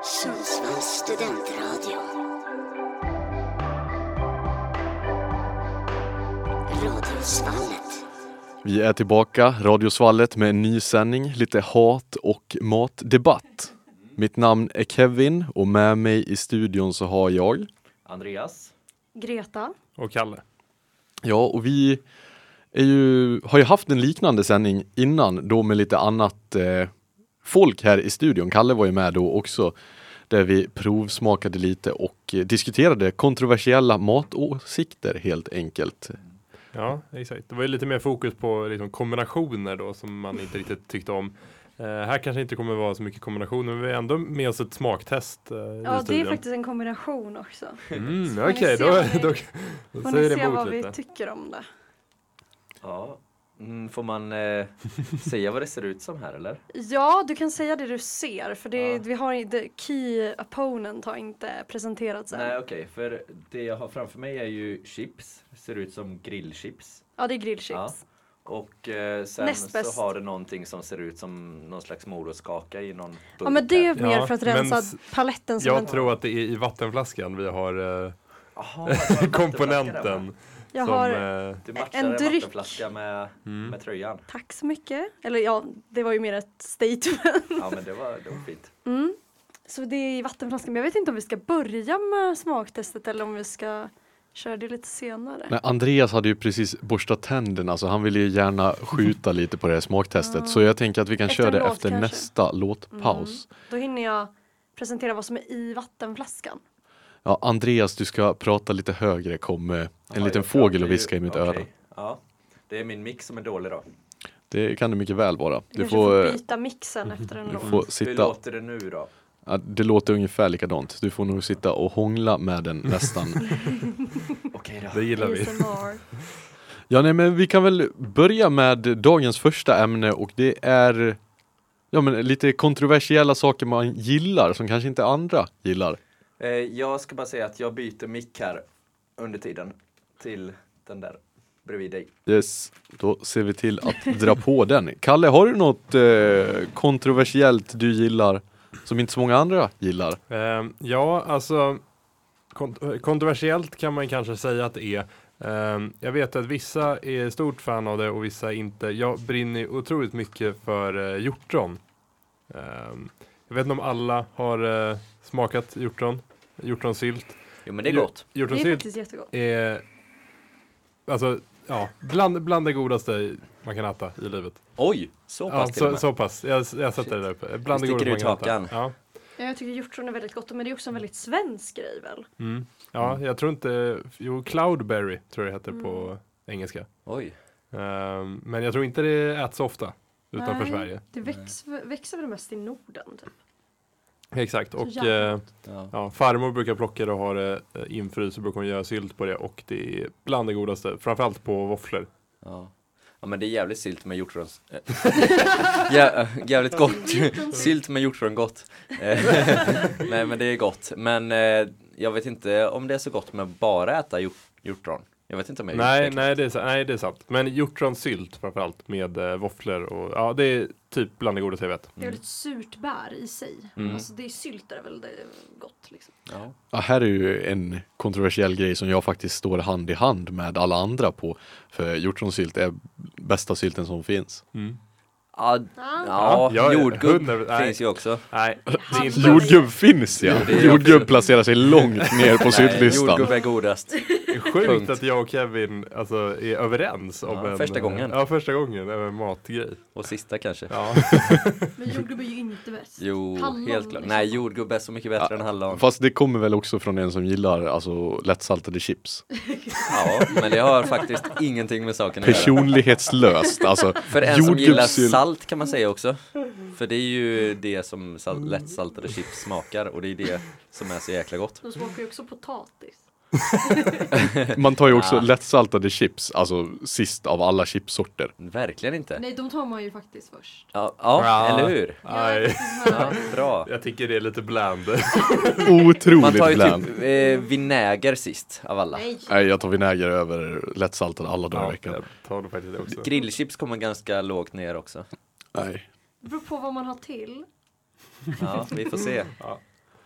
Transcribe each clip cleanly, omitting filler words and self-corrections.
Sundsvalls studentradio. Radiosvallet. Vi är tillbaka, Radiosvallet, med en ny sändning, lite hat- och matdebatt. Mitt namn är Kevin och med mig i studion så har jag Andreas, Greta och Kalle. Ja, och vi har ju haft en liknande sändning innan, då med lite annat folk här i studion. Kalle var ju med då också, där vi provsmakade lite och diskuterade kontroversiella matåsikter helt enkelt. Ja, exakt. Det var ju lite mer fokus på liksom kombinationer då som man inte riktigt tyckte om. Här kanske inte kommer vara så mycket kombinationer, men vi är ändå med oss ett smaktest Ja, det är faktiskt en kombination också. Okej, då får ni se vad vi tycker om det. ja, får man säga vad det ser ut som här eller? Ja, du kan säga det du ser, för vi har the key opponent har inte presenterats än. Nej, okej, för det jag har framför mig är ju chips, ser ut som grillchips. Ja, det är grillchips. Ja. Och sen så har det någonting som ser ut som någon slags morotskaka i någon burk. Ja, men det är mer för att rensa paletten. Jag tror att det är i vattenflaskan vi har komponenten. Jag har du matchar en vattenflaska med tröjan. Tack så mycket. Eller ja, det var ju mer ett statement. Ja, men det var fint. Så det är i vattenflaskan. Men jag vet inte om vi ska börja med smaktestet eller om vi ska köra det lite senare. Nej, Andreas hade ju precis borstat tänderna, så han ville ju gärna skjuta lite på det här smaktestet. Så jag tänker att vi kan köra det efter kanske. Nästa låtpaus. Då hinner jag presentera vad som är i vattenflaskan. Ja, Andreas, du ska prata lite högre. Kom en liten fågel och viska i mitt öra. Ja, det är min mix som är dålig då. Det kan det mycket väl vara. Du får byta mixen efter en låt. Hur låter det nu då? Ja, det låter ungefär likadant. Du får nog sitta och hångla med den nästan. Okej då. Det gillar vi. Ja, nej, men vi kan väl börja med dagens första ämne, och det är lite kontroversiella saker man gillar som kanske inte andra gillar. Jag ska bara säga att jag byter mick här under tiden till den där bredvid dig. Yes, då ser vi till att dra på den. Kalle, har du något kontroversiellt du gillar som inte så många andra gillar? Ja, alltså kontroversiellt kan man kanske säga att det är. Jag vet att vissa är stort fan av det och vissa inte. Jag brinner otroligt mycket för hjortron. Jag vet inte om alla har smakat hjortronsylt. Jo, men det är gott. Det är faktiskt jättegott. Alltså, ja, bland det godaste man kan äta i livet. Oj, så pass till och med. Så pass. Jag sätter det där uppe. Bland det godaste man kan äta. Ja. Jag tycker hjortron är väldigt gott, men det är också en väldigt svensk grej väl? Ja, jag tror inte... Jo, cloudberry tror jag heter på engelska. Oj. Men jag tror inte det äts så ofta utanför Sverige. Det växer väl mest i Norden typ. Exakt, och farmor brukar plocka det och ha det infrys, och brukar hon göra sylt på det, och det är bland det godaste, framförallt på våfflor. Ja, men det är jävligt sylt med hjortron. Jävligt gott. Sylt med hjortron gott. Nej, men det är gott. Men jag vet inte om det är så gott med bara äta hjortron. Jag vet inte om jag nej, det är sant. Men hjortronsylt framförallt med våfflor och ja, det är typ bland det godaste jag vet. Det är lite surt bär i sig. Alltså det är sylt är väl det gott liksom. Ja, här är ju en kontroversiell grej som jag faktiskt står hand i hand med alla andra på. För hjortronsylt är bästa sylten som finns. Jordgubb finns ju också. Nej, jordgubb finns, ja. Jordgubb placerar sig långt ner på syltlistan. Jordgubb är godast. Det är sjukt att jag och Kevin är överens om första gången. Ja, första gången över en matgrej. Och sista kanske. Ja. Men jordgubb är ju inte bäst. Jo, hallon, helt klart. Nej, jordgubb är så mycket bättre än hallon. Fast det kommer väl också från en som gillar lättsaltade chips. Ja, men det har faktiskt ingenting med saken att göra. Personlighetslöst. Alltså, för en som gillar salt kan man säga också. För det är ju det som lättsaltade chips smakar, och det är det som är så jäkla gott. De smakar ju också potatis. Man tar ju också lättsaltade chips, alltså sist av alla chipsorter. Verkligen inte. Nej, de tar man ju faktiskt först. Ja, eller hur? Ja, bra. Jag tycker det är lite bland. Otroligt man tar ju bland. Typ vinäger sist av alla. Nej, jag tar vinäger över lättsaltade alla dagar i veckan. Jag tar det faktiskt också. Grillchips kommer ganska lågt ner också. Nej. Det beror på vad man har till. Ja, vi får se.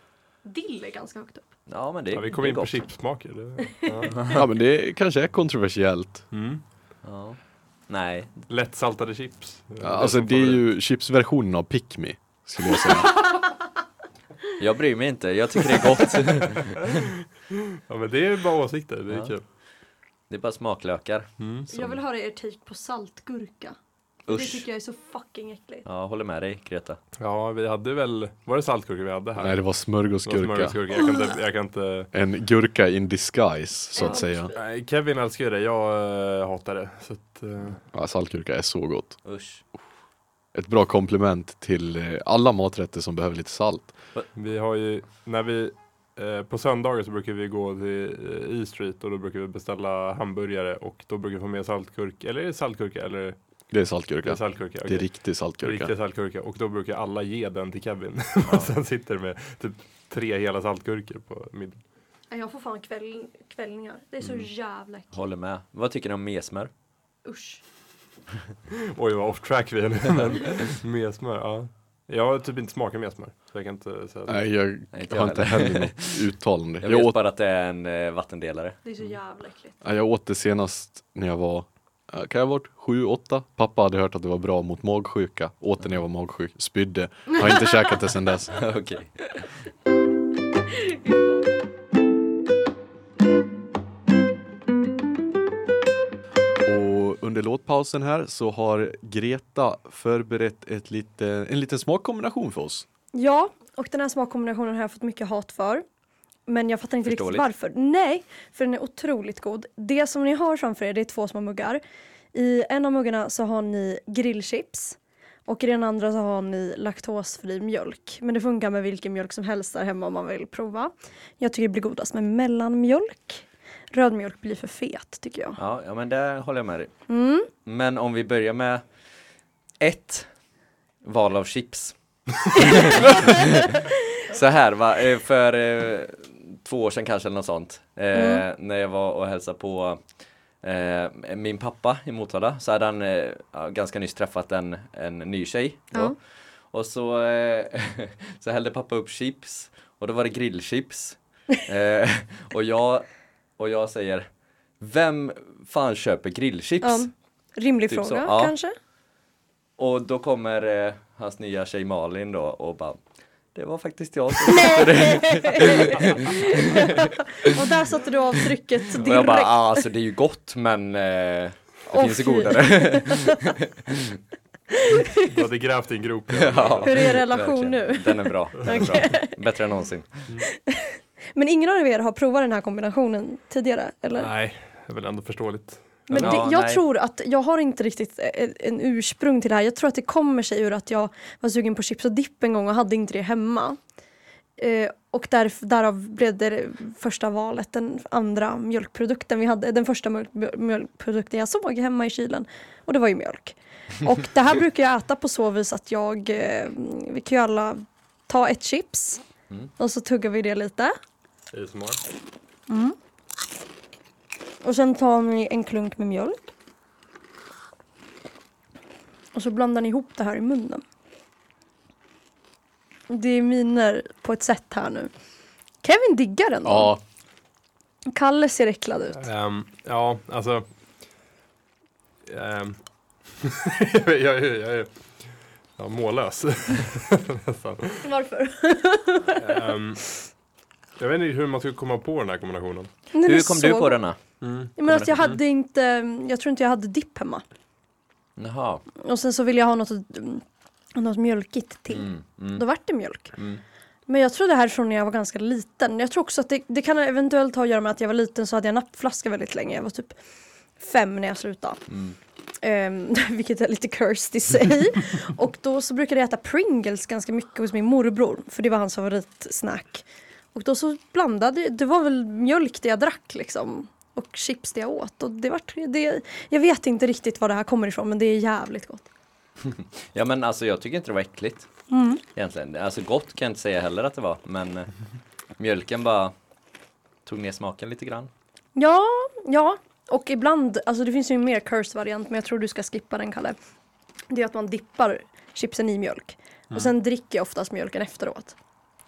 dill är ganska högt upp. Ja, men det Ja, vi det kommer är in på gott. chipsmaker. Ja. Ja, men det kanske är kontroversiellt. Mm. Ja. Nej, Lättsaltade chips. Ja, alltså det är ju chipsversionen av Pick Me, skulle jag säga. jag bryr mig inte. Jag tycker det är gott. Ja, men det är bara åsikter. Det är Ja. kul. Det är bara smaklökar. Jag vill höra er take på saltgurka. Det Usch. tycker jag är så fucking äckligt. Ja, håller med dig, Greta. Ja, vi hade väl... Var det saltgurka vi hade här? Nej, det var smörgåsgurka. Smörgåsgurka. Jag kan inte... En gurka in disguise, så att säga. Nej, Kevin älskar ju det. Jag hatar det. Så att, Ja, saltgurka är så gott. Usch. Ett bra komplement till alla maträtter som behöver lite salt. vi har ju... När vi... På söndagar så brukar vi gå till E-Street och då brukar vi beställa hamburgare och då brukar vi få med saltgurka. Eller är det saltgurka? Eller Det är saltgurka. det är saltgurka. Det är okej. riktig saltgurka. Riktig saltgurka. Och då brukar alla ge den till Kevin. och sen sitter det med typ 3 hela saltgurkor på middag. Jag får fan kvällningar. Det är så jävla äckligt. Håller med. Vad tycker ni om mesmör? Usch. Oj, vad off track vi är nu. Men med smör, ja. Jag har typ inte smakat med smör. Så jag kan inte säga det. Nej, jag Nej, jag har inte heller något uttalande. Jag Jag vet åt, bara att det är en vattendelare. Det är så jävla äckligt. jag åt det senast när jag var, kan jag ha varit 7-8? Pappa hade hört att det var bra mot magsjuka. Åt det när jag var magsjuk. Spydde. Har inte käkat det sedan dess. Okej. Och under låtpausen här så har Greta förberett en liten smakkombination för oss. Ja, och den här smakkombinationen har jag fått mycket hat för. Men jag fattar inte riktigt Förståeligt. varför. Nej, för den är otroligt god. Det som ni har framför er, det är 2 små muggar. I en av muggarna så har ni grillchips. Och i den andra så har ni laktosfri mjölk. Men det funkar med vilken mjölk som helst där hemma om man vill prova. Jag tycker det blir godast med mellanmjölk. Röd mjölk blir för fet, tycker jag. Ja, men det håller jag med dig. Mm. Men om vi börjar med ett val av chips. Så här va, för 2 år sedan kanske eller något sånt. När jag var och hälsade på min pappa i Motala. Så hade han ganska nyss träffat en ny tjej. Då. Ja. Och så, så hällde pappa upp chips. Och då var det grillchips. Och jag säger, vem fan köper grillchips? Ja. Rimlig Typ fråga, så, ja. kanske? Och då kommer hans nya tjej Malin då och bara, det var faktiskt jag som köpte det. Och där satte du av trycket direkt. Och jag bara, alltså det är ju gott men det finns ju fy. godare. Du hade grävt i en grop. Ja, Hur är er relation verkligen. nu? Den är bra. Den är bra. Bättre än någonsin. Men ingen av er har provat den här kombinationen tidigare, eller? Nej, det är väl ändå förståeligt. Men Ja, jag nej. tror att jag har inte riktigt en ursprung till det här. Jag tror att det kommer sig ur att jag var sugen på chips och dipp en gång och hade inte det hemma. Och därav blev det första valet, den andra mjölkprodukten vi hade. Den första mjölkprodukten jag såg hemma i kylen. Och det var ju mjölk. Och det här brukar jag äta på så vis att vi kan ju alla ta ett chips. Och så tuggar vi det lite. ASMR. Och sen tar ni en klunk med mjölk. Och så blandar ni ihop det här i munnen. Det är miner på ett sätt här nu. Kevin diggar den då. Ja, Kalle ser äcklad ut. Ja, alltså... jag är mållös. Nästan. Varför? Jag vet inte hur man ska komma på den här kombinationen. Hur kom du på denna? Men att jag hade inte, jag tror inte jag hade dipp hemma. Jaha. Och sen så ville jag ha något mjölkigt till. Då vart det mjölk. Men jag tror det här från när jag var ganska liten. Jag tror också att det kan eventuellt ha att göra med att jag var liten så hade jag nappflaska väldigt länge. Jag var typ 5 när jag slutade. Vilket är lite cursed i sig. Och då så brukade jag äta Pringles ganska mycket hos min morbror. För det var hans favoritsnack. Och då så blandade, det var väl mjölk det jag drack liksom. Och chips det jag åt. Och jag vet inte riktigt var det här kommer ifrån, men det är jävligt gott. Ja men alltså jag tycker inte det var äckligt. Egentligen. Alltså gott kan jag inte säga heller att det var. Men mjölken bara tog ner smaken lite grann. Ja. Och ibland, alltså det finns ju en mer curse-variant, men jag tror du ska skippa den, Kalle. Det är att man dippar chipsen i mjölk. Och sen dricker jag oftast mjölken efteråt.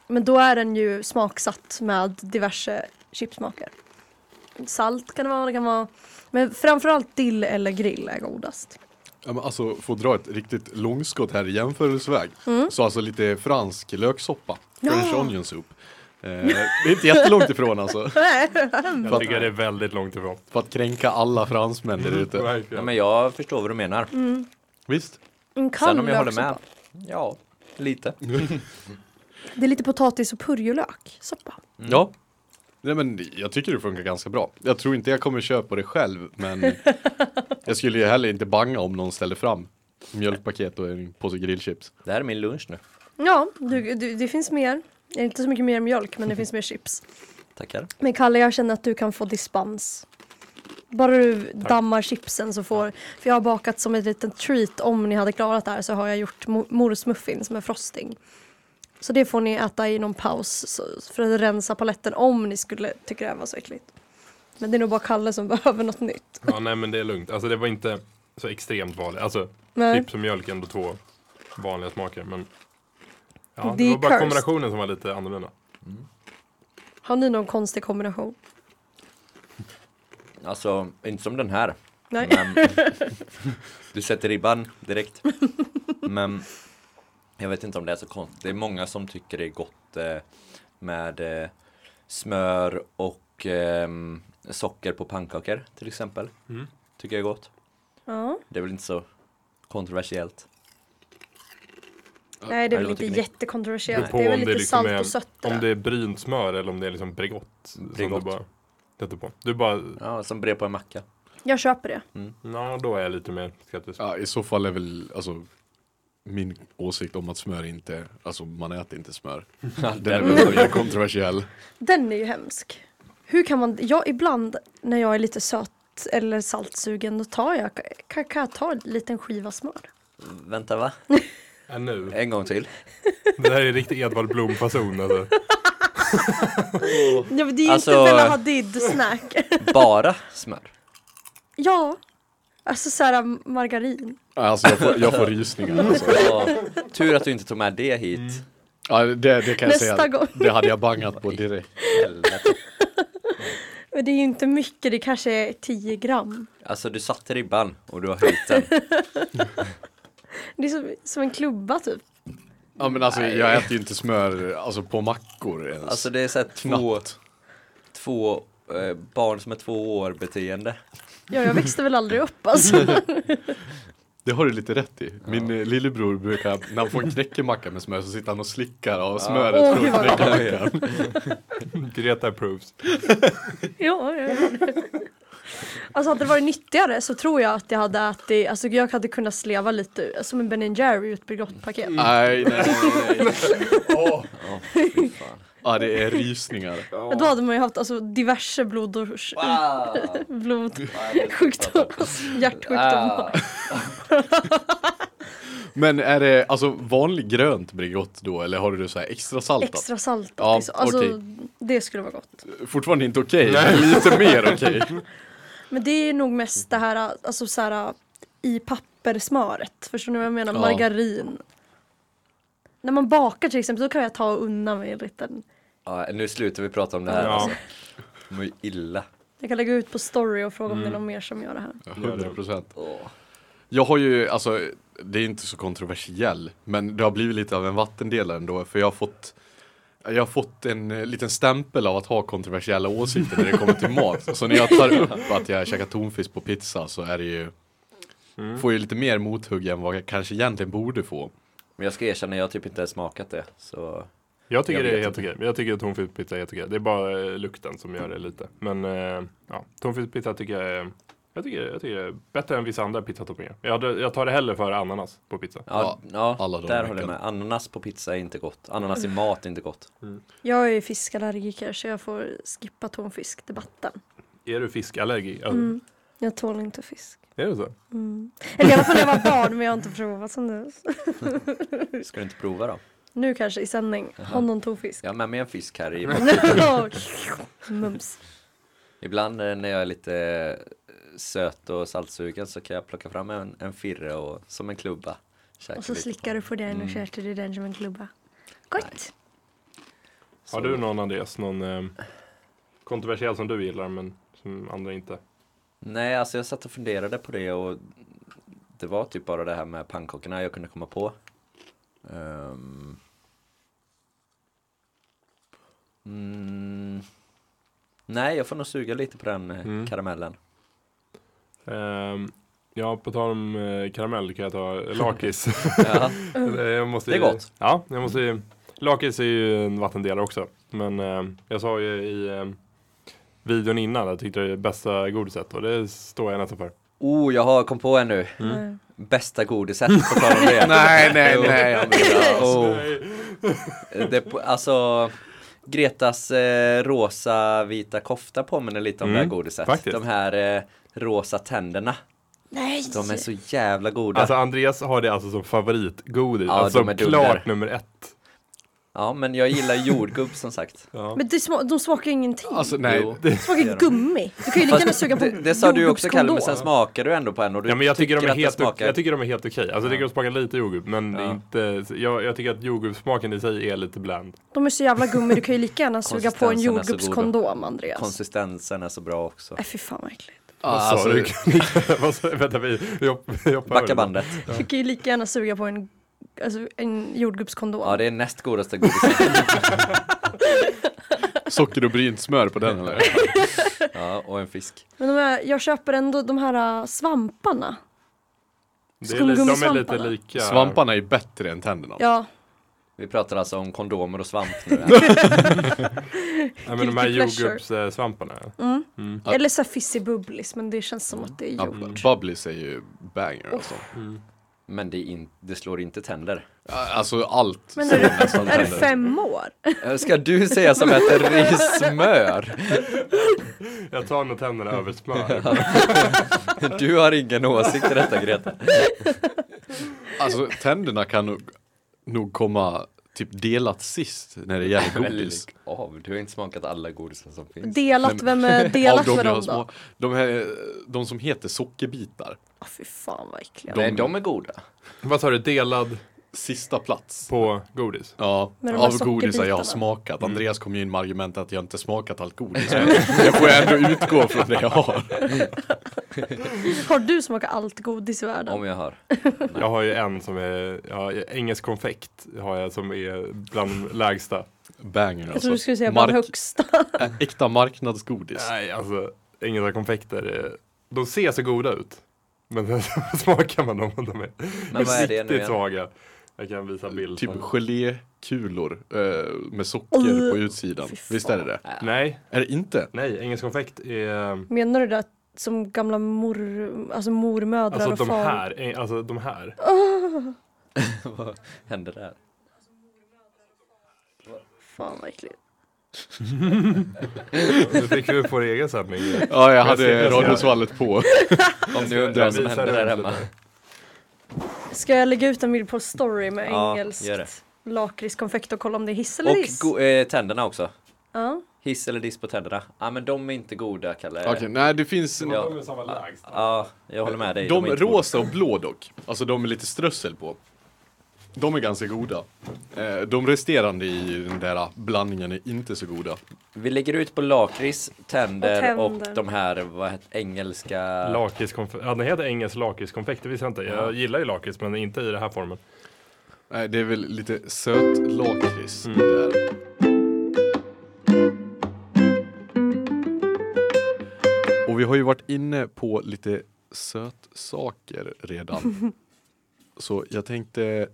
Men då är den ju smaksatt med diverse chipsmaker. Salt kan det kan vara. Men framförallt dill eller grill är godast. Ja, men alltså, får dra ett riktigt långskott här i jämförelseväg. Så alltså lite fransk löksoppa. French onion soup. Det är inte jättelångt ifrån alltså. Jag tycker det är väldigt långt ifrån. För att kränka alla fransmän där ute. Ja, men jag förstår vad du menar. Visst? En kall Sen om jag håller med. löksoppa. Ja, lite. Det är lite potatis och purjolök soppa. Ja. Nej, men jag tycker det funkar ganska bra. Jag tror inte jag kommer köpa det själv, men jag skulle ju heller inte banga om någon ställer fram mjölkpaket och en påse grillchips. Det här är min lunch nu. Ja, det finns mer. Det är inte så mycket mer mjölk, men det finns mer chips. Tackar. Men Kalle, jag känner att du kan få dispens. Bara du dammar chipsen så får... För jag har bakat som ett litet treat. Om ni hade klarat det här så har jag gjort morsmuffins med frosting. Så det får ni äta i någon paus för att rensa paletten om ni skulle tycka det här var så äckligt. Men det är nog bara Kalle som behöver något nytt. Ja, nej men det är lugnt. Alltså det var inte så extremt vanligt. Alltså Nej. chips och mjölk är ändå 2 vanliga smaker. Men ja, Det det är var bara cursed. kombinationen som var lite annorlunda. Har ni någon konstig kombination? Alltså, inte som den här. Nej. Men, du sätter ribban direkt. Men jag vet inte om det är så konstigt. Det är många som tycker det är gott med smör och socker på pannkakor till exempel. Tycker jag är gott. Ja. Det är väl inte så kontroversiellt. Nej, det är Eller väl vad inte tycker ni? jättekontroversiellt. Beror Det är på väl om det lite liksom salt och sött Om där. det är brynt smör eller om det är liksom Bregott. Som Bregott. du bara sätter på. Du bara, Ja, som brev på en macka. Jag köper det. ja då är jag lite mer skeptisk. Ja, i så fall är väl alltså min åsikt om att smör inte, alltså man äter inte smör. Den är väl mer kontroversiell. Den är ju hemsk. Hur kan man... Ibland när jag är lite söt eller saltsugen då tar jag... Kan jag ta en liten skiva smör? Vänta, va? Nu. En gång till. Det här är riktigt Edvard Blom-fason. Alltså. Ja, men det är ju Alltså- inte Bella Hadid-snack. Bara smör. Ja. Alltså såhär margarin. Alltså jag får rysningar. Alltså. Ja, tur att du inte tog med det hit. Ja, det kan jag Nästa säga. gång. Det hade jag bangat på direkt. Helvete. Men det är ju inte mycket, det kanske är 10 gram. Alltså du satte ribban och du har höjt den. Det är som en klubba typ. Ja, men alltså jag äter ju inte smör alltså på mackor ens. Alltså det är så här knappt. två barn som är 2 år beteende. Ja, jag växte väl aldrig upp alltså. Det har du lite rätt i. Min lillebror brukar, när han får en knäckemacka med smör så sitter han och slickar av smöret Åh, från vad gott. knäckemackan. Greta approves. Ja. Alltså hade det varit nyttigare så tror jag att jag hade ätit, alltså jag hade kunnat sleva lite som en Ben & Jerry ut Bregottpaket. Nej. Åh. Fy fan. Ja, det är rysningar. Då hade man ju haft alltså diverse blodsjukdom, hjärtsjukdom. Men är det alltså vanlig grönt Bregott då eller har du det så här extra saltat? Extra saltat Ja, liksom. Alltså okej. det skulle vara gott. Fortfarande inte okej, men lite mer okej. Men det är nog mest det här, alltså så här i pappersmöret. Förstår ni vad jag menar? Ja. Margarin. När man bakar till exempel, då kan jag ta undan mig en liten. Ja, nu slutar vi prata om det här. Ja. Alltså. Det mår ju illa. Jag kan lägga ut på story och fråga om det är någon mer som gör det här. 100%. Åh. Jag har ju, alltså det är inte så kontroversiell, men det har blivit lite av en vattendelare ändå, för jag har fått en liten stämpel av att ha kontroversiella åsikter när det kommer till mat. Så när jag tar upp att jag käkar tonfisk på pizza så är det ju får ju lite mer mothugg än vad jag kanske egentligen borde få. Men jag ska erkänna, jag har typ inte smakat det. Så Jag tycker Jag det är vet helt okej. Jag tycker att tonfiskpizza är helt okej. Det är bara lukten som gör det lite. Men ja, tonfiskpizza tycker jag är... Jag tycker det är bättre än vissa andra pizzatoppingar. Jag tar det hellre för ananas på pizza. ja, alla de där veckan. håller jag med. Ananas på pizza är inte gott. Ananas i mat är inte gott. Jag är fiskallergiker så jag får skippa tonfiskdebatten. Är du fiskallergi? Alltså, Jag tål inte fisk. är det så? Eller i alla fall när jag var barn, men jag har inte provat sen dess. Ska du inte prova då? Nu kanske i sändning. Har någon tonfisk? Jag har med mig en fisk här i. Mums. Ibland när jag är lite söt och saltsugen så kan jag plocka fram en firre och som en klubba. Käka Och så lite. slickar du på den och käkar du den som en klubba. Gott! Har du någon, Andreas, någon kontroversiell som du gillar men som andra inte? Nej, alltså jag satt och funderade på det och det var typ bara det här med pannkakorna jag kunde komma på. Nej, jag får nog suga lite på den karamellen. Ja, på tal om karamell kan jag ta lakris. Ja. Det är gott. Ja, lakris är ju en vattendelare också. Men jag sa ju i videon innan jag tyckte det är bästa godiset och det står jag nästan för. Jag har kom på en nu. Bästa godiset på tal om det. nej. Alltså Gretas rosa vita kofta påminner lite om det här godiset. Faktiskt. De här rosa tänderna. Nej! De är så jävla goda. Alltså Andreas har det alltså som favoritgodis. Ja, alltså de är dunder. klart nummer 1. Ja, men jag gillar jordgubb som sagt. Ja. Men de smakar ingenting. Alltså nej. Jo. De smakar gummi. Du kan ju lika gärna suga på Det sa du ju också, Kalle, men jordgubbskondom. sen smakar du ändå på en och du Ja, men jag tycker att de är helt okej. Alltså jag tycker de smakar lite jordgubb, men det är inte, jag tycker att jordgubbssmaken i sig är lite bland. De är så jävla gummi, du kan ju lika gärna suga på en Konsistensen är så jordgubbskondom, Andreas. Konsistensen är så bra också. Fy fan vad äckligt. Alltså, Vänta, vi hoppar Backa över bandet. Du kan ju lika gärna suga på en jordgubbskondom. Ja, det är näst godaste godiset. socker och brynt smör på den eller? Ja, och en fisk. Men jag köper ändå de här svamparna. de är lite Skumgummisvamparna. lika. Svamparna är bättre än tänderna. Ja. Vi pratar alltså om kondomer och svamp nu. Ja, men de här Guilty pleasure. jordgubbssvamparna. Eller så här fizzy bubblis, men det känns som att det är Ja, yoghurt. Bubblies är ju banger alltså. Men det slår inte tänder. Alltså allt. Men säger är nästan du tänder. 5 år? Ska du säga som äter smör? Jag tar nog tänderna över smör. Du har ingen åsikt i detta, Greta. Alltså tänderna kan nog komma typ delat sist när det gäller godis. Du har inte smakat alla godisar som finns. Delat, vem är delat Av med jag dem har då? de som heter sockerbitar. Fy fan vad äckliga. Nej, de är goda. Vad sa du, delad Sista plats. på godis? Ja, Med de här av godisar jag sockerbitarna. har smakat. Andreas kom ju in med argumentet att jag inte smakat allt godis. Men jag får ändå utgå från det jag har. Har du smakat allt godis i världen? Om jag har. Jag har ju en som är, engelsk konfekt har jag som är bland lägsta. Banger Jag alltså. tror du skulle säga bland högsta. Äkta marknadsgodis. Nej, alltså engelska konfekter, de ser så goda ut. Men smakar man dem och de är Men vad är det nu riktigt igen? svaga. Jag kan visa bild. Typ gelékulor med socker på utsidan. fy fan. Visst är det det? Nej, Är det inte? nej, engelsk konfekt är Menar du det att som gamla mormödrar alltså och far? de här. Vad händer där? Fan vad äckligt. Nu fick vi på egen sändning. Ja, jag ser- hade jag ser- radiosvallet på. Om du undrar vad som Visa händer där det hemma. lite. Ska jag lägga ut en bild på story med Ja, engelskt gör det. lakritskonfekt och kolla om det är hiss eller diss? Och tänderna också. Ja. Hiss eller diss på tänderna. Ja, men de är inte goda, Kalle. Okej, nej det finns Ja. De är samma lägst. Ja, jag håller med dig. de är inte rosa och blå dock. Alltså de är lite strössel på. De är ganska goda. De resterande i den där blandningen är inte så goda. goda. Vi lägger ut på lakrits, tänder och tänder. de här engelska... Lakritskonfekt. Ja, den heter engelsk lakritskonfekt, det visste jag inte. Jag gillar ju lakrits, men inte i den här formen. Nej, det är väl lite söt lakrits där. Och vi har ju varit inne på lite sötsaker redan. Så jag tänkte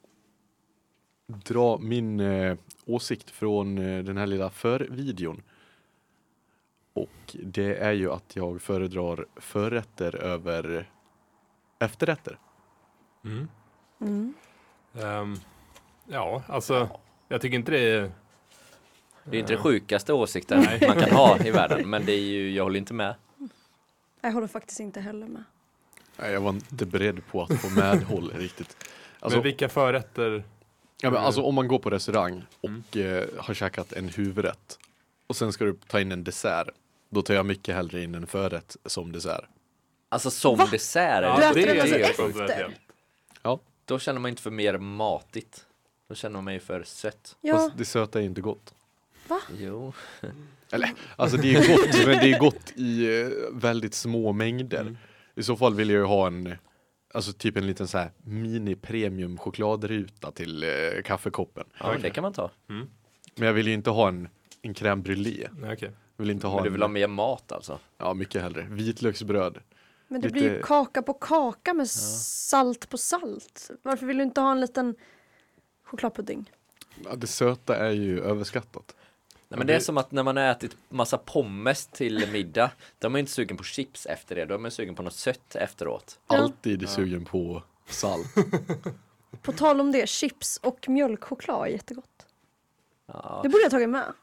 dra min åsikt från den här lilla förvideon. Och det är ju att jag föredrar förrätter över efterrätter. Ja, alltså jag tycker inte det är... Det är inte den sjukaste åsikten man kan ha i världen, men det är ju, jag håller inte med. Jag håller faktiskt inte heller med. Nej, jag var inte beredd på att få medhåll riktigt. Alltså, Men vilka förrätter? ja, men alltså om man går på restaurang och har käkat en huvudrätt och sen ska du ta in en dessert, då tar jag mycket hellre in en förrätt som dessert. Alltså som Va? dessert. Ja, Du äter det den är alltså helt efter? kontroversiellt. Ja, Då känner man inte för mer matigt. Då känner man ju för sött. Ja, fast det söta är inte gott. Jo. Eller, alltså det är gott, men det är gott i väldigt små mängder. I så fall vill jag ju ha alltså typ en liten så här mini-premium chokladruta till kaffekoppen. Ja, det kan man ta. Men jag vill ju inte ha en crème brûlée. Nej, okej. Jag vill inte ha Men du vill ha mer mat alltså? Ja, mycket hellre. Vitlöksbröd. Men det Lite- blir ju kaka på kaka med salt på salt. Varför vill du inte ha en liten chokladpudding? Ja, det söta är ju överskattat. Nej, men det är som att när man har ätit massa pommes till middag, då är man inte sugen på chips efter det, då är man sugen på något sött efteråt. Ja. Alltid sugen på salt. På tal om det, chips och mjölkchoklad är jättegott. Ja. Det borde jag tagit med.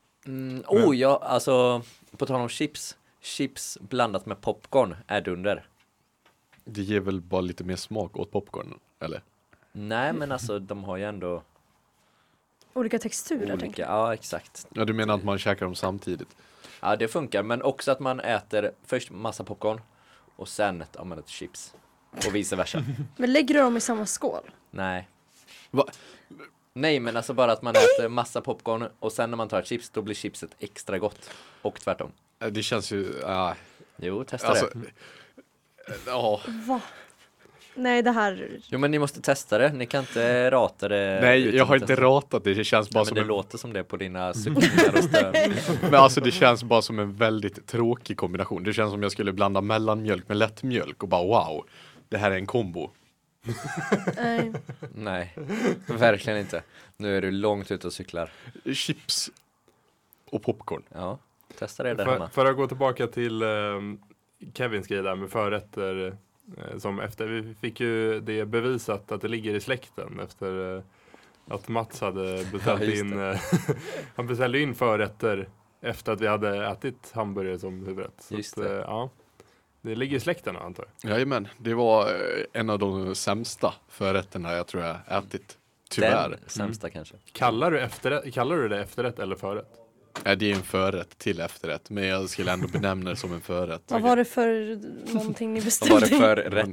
Ja, alltså på tal om chips blandat med popcorn är dunder. Det ger väl bara lite mer smak åt popcorn, eller? Nej, men alltså de har ju ändå Olika texturer tänker olika, jag. ja exakt. Ja, du menar att man käkar dem samtidigt? Ja, det funkar, men också att man äter först massa popcorn och sen ett chips. Och vice versa. Men lägger du dem i samma skål? Nej. Va? Nej, men alltså bara att man äter massa popcorn och sen när man tar ett chips, då blir chipset extra gott. Och tvärtom. Det känns ju... Jo, testa alltså, det. ja. Va? Nej, det här... Jo, men ni måste testa det. Ni kan inte rata det. Nej, utan jag har att inte testa. ratat det. Det känns bara Ja, men som det en... låter som det på dina suckningar och stön. Men alltså det känns bara som en väldigt tråkig kombination. Det känns som jag skulle blanda mellanmjölk med lättmjölk och bara wow, det här är en kombo. Nej. Nej, verkligen inte. Nu är du långt ute och cyklar. Chips och popcorn. Ja, testa det där hemma. För att gå tillbaka till Kevins grej där med förrätter som efter, vi fick ju det bevisat att det ligger i släkten efter att Mats hade beställt Ja, just in han beställde in förrätter efter att vi hade ätit hamburgare som huvudrätt. Så Just att, det. ja, det ligger i släkten antar jag. Jajamän, det var en av de sämsta förrätterna jag tror jag ätit. Tyvärr. Den sämsta kanske. Kallar du det efterrätt eller förrätt? Nej, det är en förrätt till efterrätt, men jag skulle ändå benämna det som en förrätt. Vad var det för någonting ni Vad beställde? var det för rätt?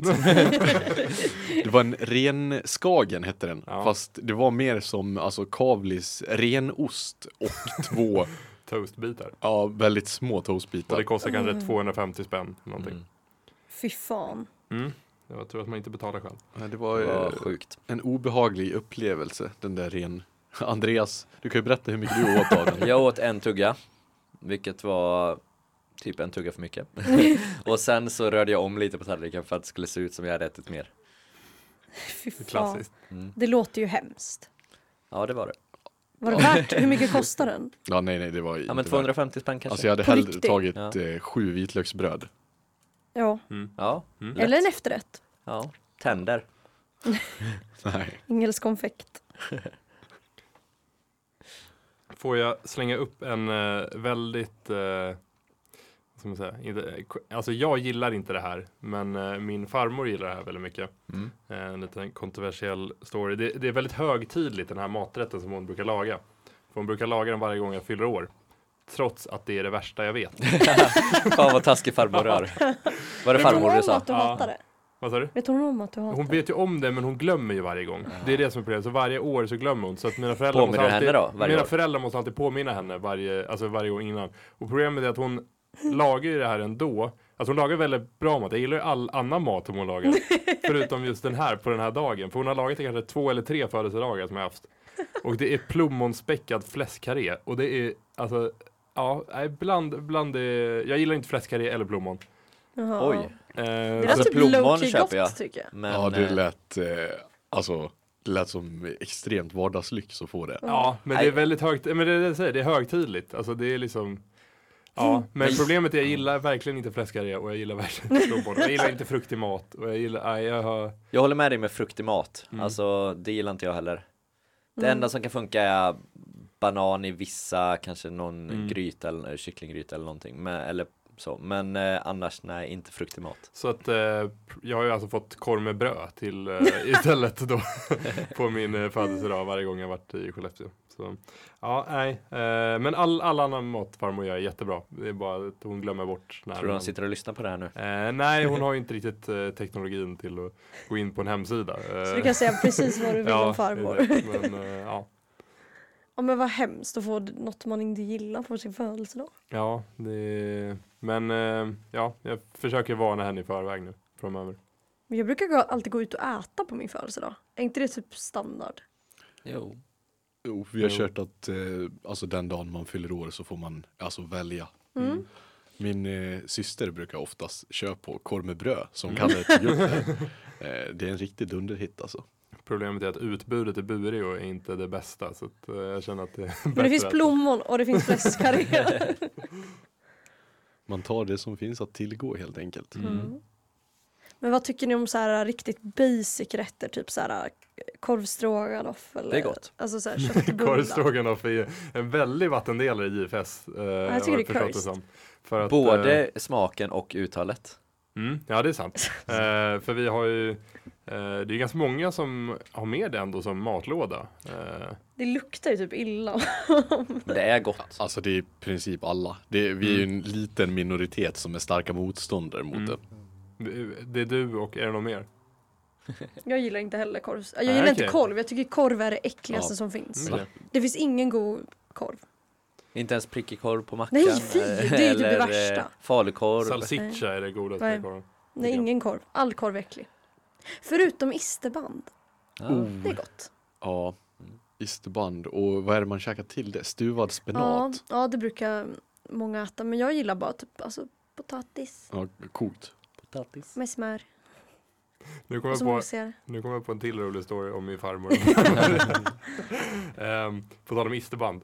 Det var en renskagen hette den, Ja. fast det var mer som alltså Kavlis renost och två Toastbitar. väldigt små Och toastbitar. det kostar kanske 250 spänn någonting. Fy fan. Jag tror att man inte betalar själv. Ja, det var, Det var sjukt. en obehaglig upplevelse, den där Andreas, du kan ju berätta hur mycket du åt av den. Jag åt en tugga, vilket var typ en tugga för mycket. Och sen så rörde jag om lite på tallriken för att det skulle se ut som jag hade ätit mer. Fy fan. Klassiskt. Det låter ju hemskt. Ja, det var det. Var det värt? Hur mycket kostar den? Ja, nej, det var Ja, inte men 250 spänn kanske. Alltså jag hade På hellre riktigt? tagit Ja. 7 vitlöksbröd. Ja. Ja, Eller en efterrätt. ja. Tänder. Nej. Ingelskonfekt. Får jag slänga upp en väldigt vad ska man säga, alltså jag gillar inte det här, men min farmor gillar det här väldigt mycket. En liten kontroversiell story. Det är väldigt högtidligt den här maträtten som hon brukar laga. För hon brukar laga den varje gång jag fyller år. Trots att det är det värsta jag vet. Fan vad taskig farmor rör. Var det Vet hon farmor du om sa? att du hatar det? Vad sa du? Vet hon om att du hatar Hon vet ju om det, men hon glömmer ju varje gång. Det är det som är problemet. Så varje år så glömmer hon. Så att mina föräldrar Påminner du henne då, varje mina år? föräldrar måste alltid påminna henne varje gång innan. Och problemet är att hon lagar ju det här ändå. Alltså hon lagar väldigt bra mat. Jag gillar ju all annan mat som hon lagar. Förutom just den här på den här dagen. För hon har lagat det kanske 2 eller 3 födelsedagar som jag haft. Och det är plommonspekad fläskkarré. Och det är alltså, ja, bland det, jag gillar inte fläskkarré eller plommon. Jaha. Oj. Det lät Alltså, typ plommon low-key köper jag. gott tycker jag. Men, Ja, det lät det lät som extremt vardagslyx att få det. Ja, men det är väldigt men det är högtidligt. Alltså det är liksom, ja, men problemet är jag gillar verkligen inte fläskkarré och jag gillar verkligen inte plommon. Jag gillar inte frukt i mat och jag gillar, jag håller med dig med frukt i mat. Alltså det gillar inte jag heller. Det enda som kan funka är banan i vissa, kanske någon gryta eller kycklinggryta eller någonting. Eller så. Men annars nej, inte frukt i mat. så att jag har ju alltså fått korv med bröd till istället då på min födelsedag varje gång jag varit i Skellefteå. Så ja, nej. Men all annan mat farmor gör är jättebra. Det är bara att hon glömmer bort när Tror du hon sitter och lyssnar på det här nu? nej, hon har ju inte riktigt teknologin till att gå in på en hemsida. Så du kan säga precis vad du vill om farmor. exakt. Men, ja. Ja men vad hemskt att få något man inte gillar på sin födelsedag. Ja, men ja, jag försöker varna henne i förväg nu framöver. Men jag brukar alltid gå ut och äta på min födelsedag. Är inte det typ standard? Jo. Jo, vi har kört att alltså den dagen man fyller år så får man alltså välja. Min syster brukar oftast köpa på korv med bröd som Kalle tog upp här. Det är en riktig dunderhit alltså. Problemet är att utbudet i Bureå är inte det bästa, så att, jag känner att det är Men det finns plommon och det finns fläskkarré. Man tar det som finns att tillgå helt enkelt. Men vad tycker ni om så här riktigt basic rätter, typ så här korvstroganoff eller? Det är gott. Alltså så här köttbullar. Korvstroganoff är en väldig vattendelare i JFS. Jag tycker det är cursed. För att, Både smaken och uttalet. Ja, det är sant. För vi har ju det är ganska många som har med det ändå som matlåda. Det luktar ju typ illa. Men det är gott. Alltså det är i princip alla. Vi är ju en liten minoritet som är starka motståndare mot det. Det är du och är det någon mer? Jag gillar inte heller korv. Jag gillar inte korv. Jag tycker korv är det äckligaste som finns. Okay. Det finns ingen god korv. Inte ens prickig korv på mackan. Nej, fy! Det är ju typ det värsta. Falukorv. Salsiccia är det godaste korven. Nej, ingen korv. All korv är äcklig. Förutom isterband. Det är gott. Ja, isterband. Och vad är det man käkar till det? Stuvad spenat. Ja, det brukar många äta. Men jag gillar bara typ potatis. Ja, kokt. Potatis. Med smör. Nu kommer jag på en till rolig story om min farmor. På tal om isterband.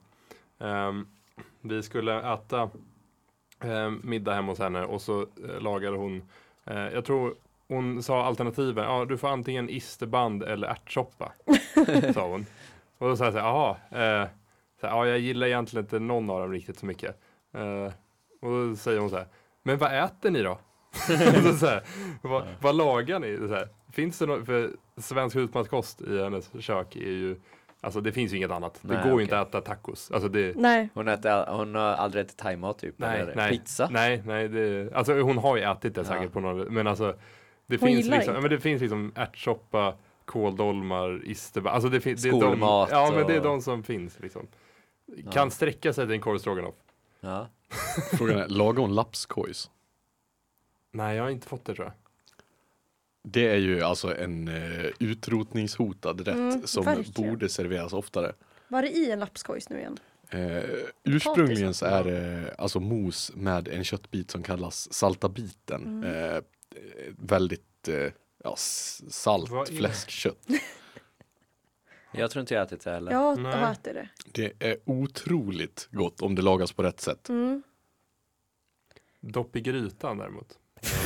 Vi skulle äta middag hemma hos henne och så lagade hon, jag tror hon sa alternativen, ja du får antingen isterband eller ärtsoppa, sa hon. Och då sa jag så här, ja jag gillar egentligen inte någon av dem riktigt så mycket. Och då säger hon så här, men vad äter ni då? Så här, vad lagar ni? Så här, finns det något, för svensk husmanskost i hennes kök är ju, alltså det finns ju inget annat. Det går ju inte att äta tacos. Alltså det, nej. Hon har aldrig ätit thaimat typ. Eller pizza. Nej, alltså hon har ju ätit det säkert på någon, men alltså det finns liksom, men det finns liksom ärtsoppa, kåldolmar, isterband. Alltså det är skolmat. Men det är de som finns liksom. Kan sträcka sig till en korvstroganoff. Ja. Frågan är, lagar hon lapskojs? Nej, jag har inte fått det tror jag. Det är ju alltså en utrotningshotad rätt som verkligen borde serveras oftare. Vad är det i en lapskojs nu igen? Ursprungligen så är det alltså mos med en köttbit som kallas saltabiten. Väldigt salt fläskkött. Jag tror inte jag ätit det heller. Jag har ätit det. Det är otroligt gott om det lagas på rätt sätt. Dopp i grytan däremot.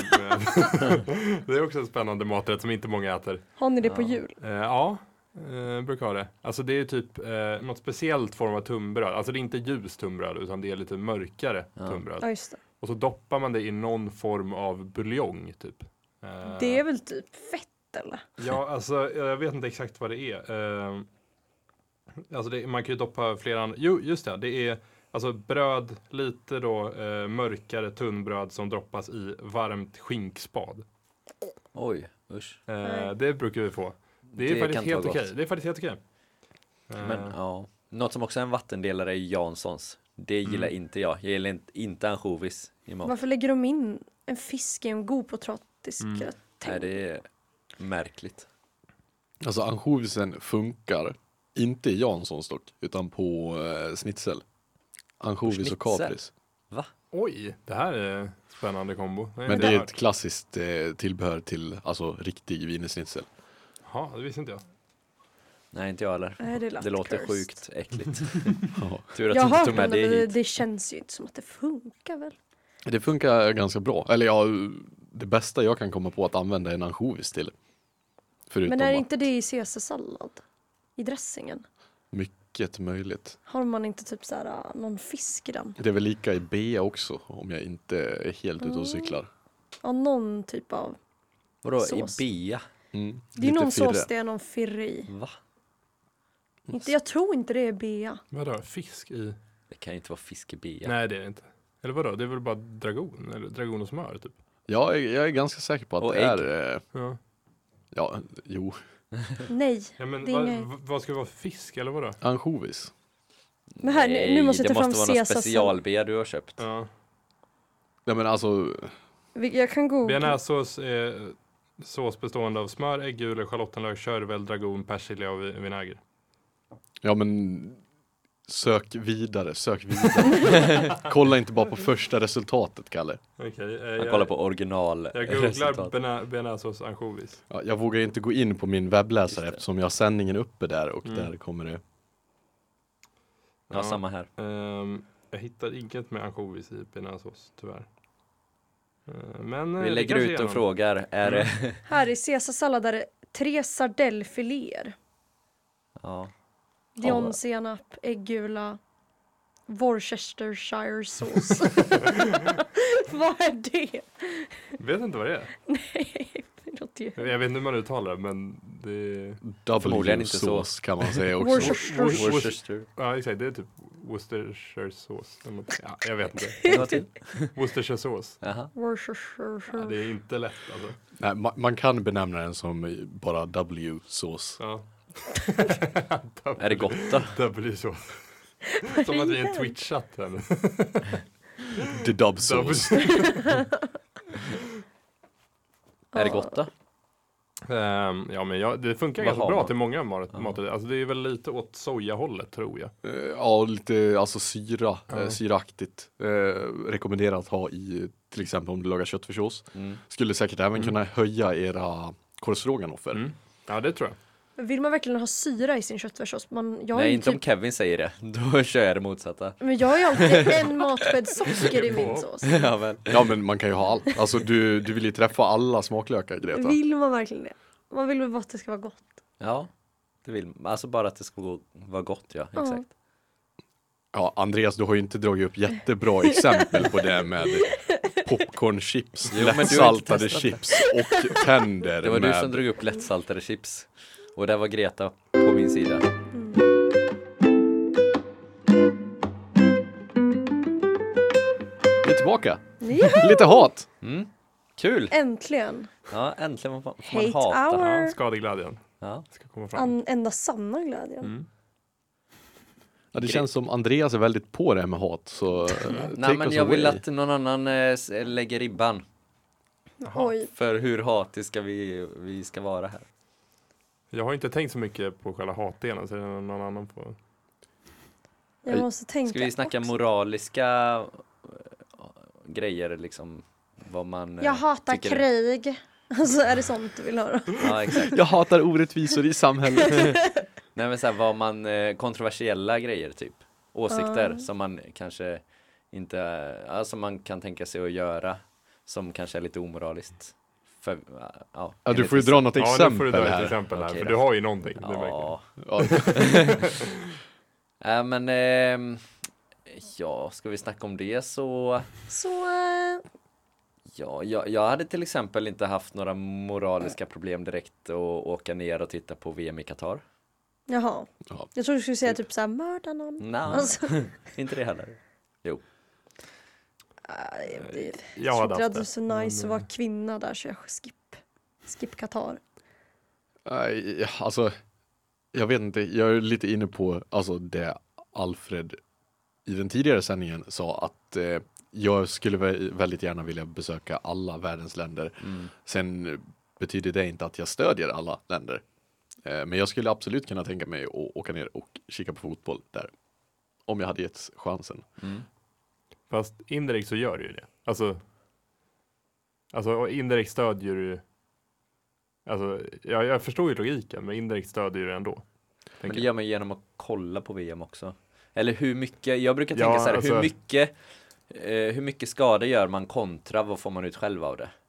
Det är också en spännande maträtt som inte många äter. Har ni det på jul? Brukar ha det. Alltså det är typ något speciellt form av tunnbröd. Alltså det är inte ljus tunnbröd utan det är lite mörkare tunnbröd. Ja, just det. Och så doppar man det i någon form av buljong typ. Det är väl typ fett eller? Ja, alltså jag vet inte exakt vad det är. Alltså man kan ju doppa flera Jo, just det. Det är alltså bröd, lite då mörkare tunnbröd som droppas i varmt skinkspad. Oj, usch. Det brukar vi få. Det är faktiskt helt okej. Det är faktiskt helt okej. Men något som också är en vattendelare är Janssons. Det gillar inte jag. Jag gillar inte ansjovis i mat. Varför lägger de in en fisk i en god potatisgratäng? Nej, det är märkligt. Alltså ansjovisen funkar inte i Janssons dock, utan på schnitzel. Ansjovis och kapris. Va? Oj, det här är spännande kombo. Men det är ett klassiskt tillbehör till alltså riktig wienerschnitzel. Ja, det visste inte jag. Nej, inte jag heller. Nej, det låter sjukt äckligt. Ja. Tur att jag du har inte tog med det hit. Det känns ju inte som att det funkar väl. Det funkar ganska bra. Eller ja, det bästa jag kan komma på att använda är en ansjovis till. Förutom men är inte det i caesarsallad? I dressingen? Mycket möjligt. Har man inte typ så här någon fisk i den? Det är väl lika i bea också, om jag inte är helt ute och cyklar. Ja, någon typ av vadå, sås. i bea? Det är någon sås, det är någon firre i. Va? Jag tror inte det är bea. Vadå, fisk i? Det kan inte vara fisk i bea. Nej, det är det inte. Eller vadå, det är väl bara dragon? Eller dragon och smör typ? Ja, jag är ganska säker på att och det ägg. är... Ja. Ja, jo. Nej, Ja, men det är inget. vad ska det vara för fisk eller vadå? Ansjovis. Men här, nu måste jag ta fram det måste vara något Caesar. specialbe du har köpt. Ja. Ja men alltså, Jag kan googla. Bearnaisesås är sås bestående av smör, äggulor, schalottenlök, körvel, dragon, persilja och vinäger. ja men sök vidare. Kolla inte bara på första resultatet, Kalle. Okej, Jag kollar på original. jag googlar bearnaisesås ansjovis. Ja, jag vågar inte gå in på min webbläsare eftersom jag har sändningen uppe där och där kommer det. Ja, samma här. Jag hittar inget med ansjovis i bearnaisesås, tyvärr. Men Vi lägger ut och frågar. Är det... Här i Caesarsallad är det 3 sardellfiléer. Ja. Dijonsenap, äggula, Worcestershire sås. Vad är det? Vet inte vad det är. Nej, något ju. Jag vet inte hur man uttalar det, men det är... Förmodligen inte så. W-sås kan man säga också. Worcester. Ja, exakt. Det är typ Worcestershiresås. Ja, jag vet inte. Vad till? Worcestershiresås. Jaha. Ja, Worcestershire. det är inte lätt alltså. Nej, man kan benämna den som bara W-sås. Ja. Är det gott då? W-sås. Som att vi är en Twitch-chatt här nu. The Dub-sås. Är det gott då? Ja, men det funkar Vad ganska har bra man? till många matar. Alltså det är väl lite åt sojahållet, tror jag. Ja, lite alltså syraktigt. Rekommenderat att ha i till exempel om du lagar köttfärssås. Skulle säkert även kunna höja era korvstroganofer. Ja, det tror jag. Vill man verkligen ha syra i sin köttfärssås? Nej, inte om Kevin säger det. Då kör jag det motsatta. Men jag har ju alltid en matsked socker i min sås. Ja, men man kan ju ha allt. Alltså du vill ju träffa alla smaklökar, Greta. Vill man verkligen det? Man vill väl bara att det ska vara gott. Ja, det vill man. Alltså bara att det ska vara gott, ja. Exakt. Ja, Andreas, du har ju inte dragit upp jättebra exempel på det med popcornchips, Jo, men du har inte lättsaltade testat chips och tänder. Det var med... du som drog upp lättsaltade chips. Och där var Greta på min sida. Vi är tillbaka. Ja. Lite hat. Kul! Äntligen. Ja, äntligen får man Hate hata. hour. Ja, skadeglädjen Ja. ska komma fram. Enda sanna glädjen. Ja, det känns som Andreas är väldigt på det här med hat. Så, Nej, men jag vill att någon annan lägger ribban. Oj. För hur hatiska vi ska vara här. Jag har inte tänkt så mycket på själva hatdelen, så det är någon annan på. Jag måste tänka. Ska vi snacka också. moraliska grejer liksom? Vad man Jag hatar tycker- krig. Alltså är det sånt du vill höra? Ja, exakt. Jag hatar orättvisor i samhället. Nej, men så här, vad man kontroversiella grejer typ. Åsikter som man kanske inte, alltså man kan tänka sig att göra som kanske är lite omoraliskt. För, Ja, du får ju enligt dra något Ja, nu exempel får du dra ett här. exempel här, Okej för då. du har ju någonting. Det Ja. Ja. Men ja, ska vi snacka om det så Så ja, jag hade till exempel inte haft några moraliska problem direkt att åka ner och titta på VM i Qatar. jaha. Ja. Jag tror du skulle säga typ såhär mörda någon. Nej, Alltså, inte det heller. Jag hade det haft hade det. så nice att vara kvinna där så jag skip Qatar. Nej, alltså, jag vet inte, jag är lite inne på alltså, det Alfred i den tidigare sändningen sa att jag skulle väldigt gärna vilja besöka alla världens länder. Sen betyder det inte att jag stödjer alla länder. Men jag skulle absolut kunna tänka mig att åka ner och kika på fotboll där. Om jag hade getts chansen. Fast indirekt så gör du ju det. Alltså indirekt stödjer du. Alltså, jag förstår ju logiken, men indirekt stödjer du det ändå. Men det gör man genom att kolla på VM också. Eller hur mycket, jag brukar tänka Ja, så här, alltså- hur mycket skada gör man kontra vad får man ut själv av det?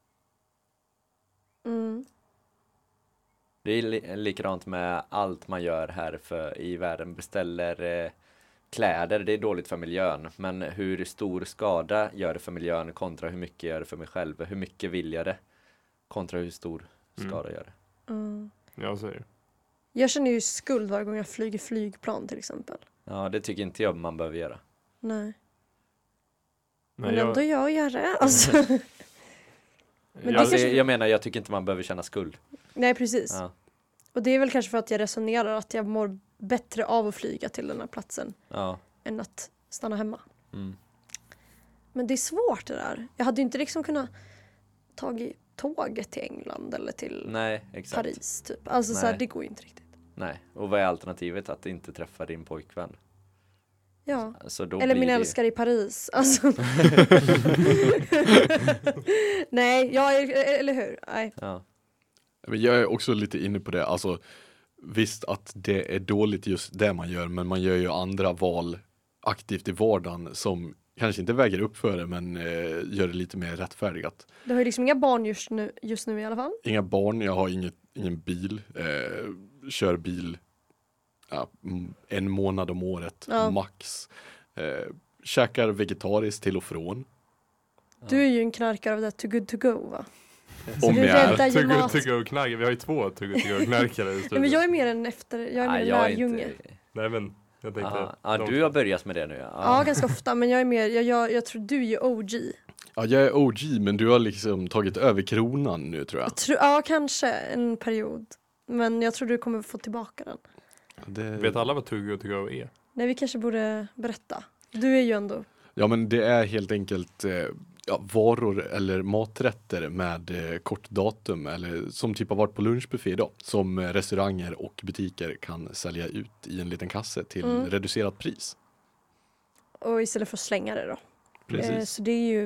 Det är likadant med allt man gör här i världen. Beställer kläder, det är dåligt för miljön. Men hur stor skada gör det för miljön kontra hur mycket gör det för mig själv? Hur mycket vill jag det? Kontra hur stor skada gör det? Ja, så är det. Jag känner ju skuld varje gång jag flyger flygplan till exempel. Ja, det tycker inte jag man behöver göra. Nej. Men Men ändå jag gör det. Alltså. Men det Alltså, kanske... jag menar, jag tycker inte man behöver känna skuld. Nej, precis. Ja. Och det är väl kanske för att jag resonerar att jag mår bättre av att flyga till den här platsen Ja. än att stanna hemma. Mm. Men det är svårt det där. Jag hade ju inte liksom kunnat tagit tåget till England eller till Nej, exakt. Paris typ. Alltså så här, Nej. det går ju inte riktigt. Nej, och vad är alternativet? Att inte träffa din pojkvän? Ja. Så då Eller blir min det... älskare i Paris. Alltså. Nej, ja, eller hur? Nej. Ja. Men jag är också lite inne på det. Alltså, visst att det är dåligt just det man gör, men man gör ju andra val aktivt i vardagen som kanske inte väger upp för det, men gör det lite mer rättfärdigat. Du har ju liksom inga barn just nu i alla fall. Inga barn, jag har ingen bil. Kör bil en månad om året, max. Käkar vegetariskt till och från. Du är ju en knarkare av det Too Good To Go, va? Så Om du jag är. räddar ju Too Good mat. To Go knarkare. Vi har ju 2 Too Good To Go knarkare i Nej, studion. men jag är mer en efter, jag är mer en jag är lärjunge. inte... Nej, men jag tänkte... Ja, du har börjat med det nu. Ja, ganska ofta, men jag är mer, jag tror du är ju OG. Ja, jag är OG, men du har liksom tagit över kronan nu, tror jag. Ja, kanske en period. Men jag tror du kommer få tillbaka den. Vet alla vad Too Good To Go är? Nej, vi kanske borde berätta. Du är ju ändå... Ja, men det är helt enkelt varor eller maträtter med kort datum, eller som typ har varit på lunchbuffé idag, som restauranger och butiker kan sälja ut i en liten kasse till reducerat pris. Och istället för att slänga det då. Precis. Så det är ju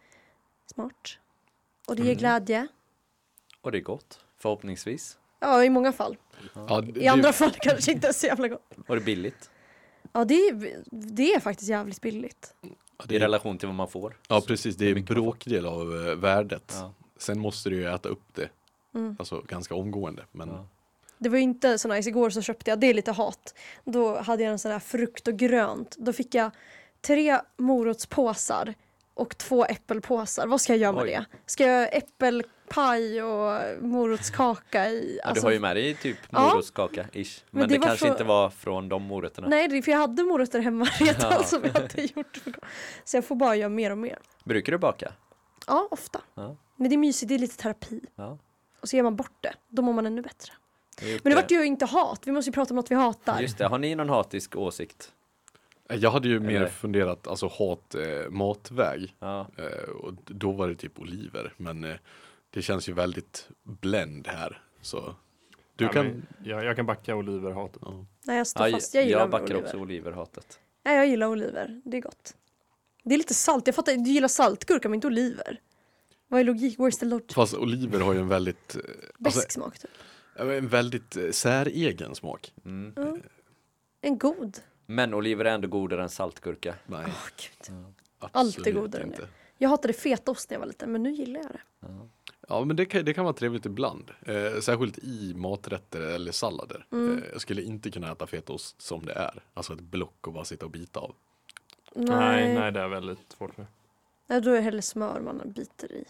smart. Och det ger glädje. Och det är gott, förhoppningsvis. Ja, i många fall. Ja, I andra fall kanske inte är så jävla gott. Och det är billigt. Ja, det är faktiskt jävligt billigt. I relation till vad man får. Ja, precis. Det är en bråkdel av värdet. Ja. Sen måste du ju äta upp det. Alltså ganska omgående. Men... Ja. Det var ju inte så nice. Igår så köpte jag, det är lite hat. Då hade jag en sån här frukt och grönt. Då fick jag 3 morotspåsar och 2 äppelpåsar. Vad ska jag göra med det? Ska jag göra äppelpaj och morotskaka i? Ja, du har ju med dig typ Ja. morotskaka ish. Men det det var kanske för- inte var från de morötterna. Nej, för jag hade morötter hemma redan Ja. som jag hade gjort. Så jag får bara göra mer och mer. Brukar du baka? Ja, ofta. Ja. Men det är mysigt, det är lite terapi. Ja. Och så ger man bort det. Då mår man ännu bättre. Jag har gjort Men det vart ju inte hat. Vi måste ju prata om något vi hatar. Just det, har ni någon hatisk åsikt? Jag hade ju mer Eller- funderat, alltså matväg. Ja. Och då var det typ oliver. Men det känns ju väldigt blend här. Så du kan... Jag kan backa oliverhatet. Ja. Nej, jag står Ja, fast. Jag gillar jag backar oliver. också oliverhatet. Nej, jag gillar oliver. Det är gott. Det är lite salt. Jag fattar, du gillar saltgurka men inte oliver. Vad är logik? Where's the logic? Fast oliver har ju en väldigt... Besk smak typ. En väldigt säregen smak. Mm. En god. Men oliver är ändå godare än saltgurka. Nej, Åh, gud. absolut Allt är godare än inte. det. Jag hatade fetaost när jag var liten, men nu gillar jag det. Ja, men det kan vara trevligt ibland. Särskilt i maträtter eller sallader. Jag skulle inte kunna äta fetaost som det är. Alltså ett block och bara sitta och bita av. Nej, det är väldigt svårt med. Nej, då är det hellre smör man biter i.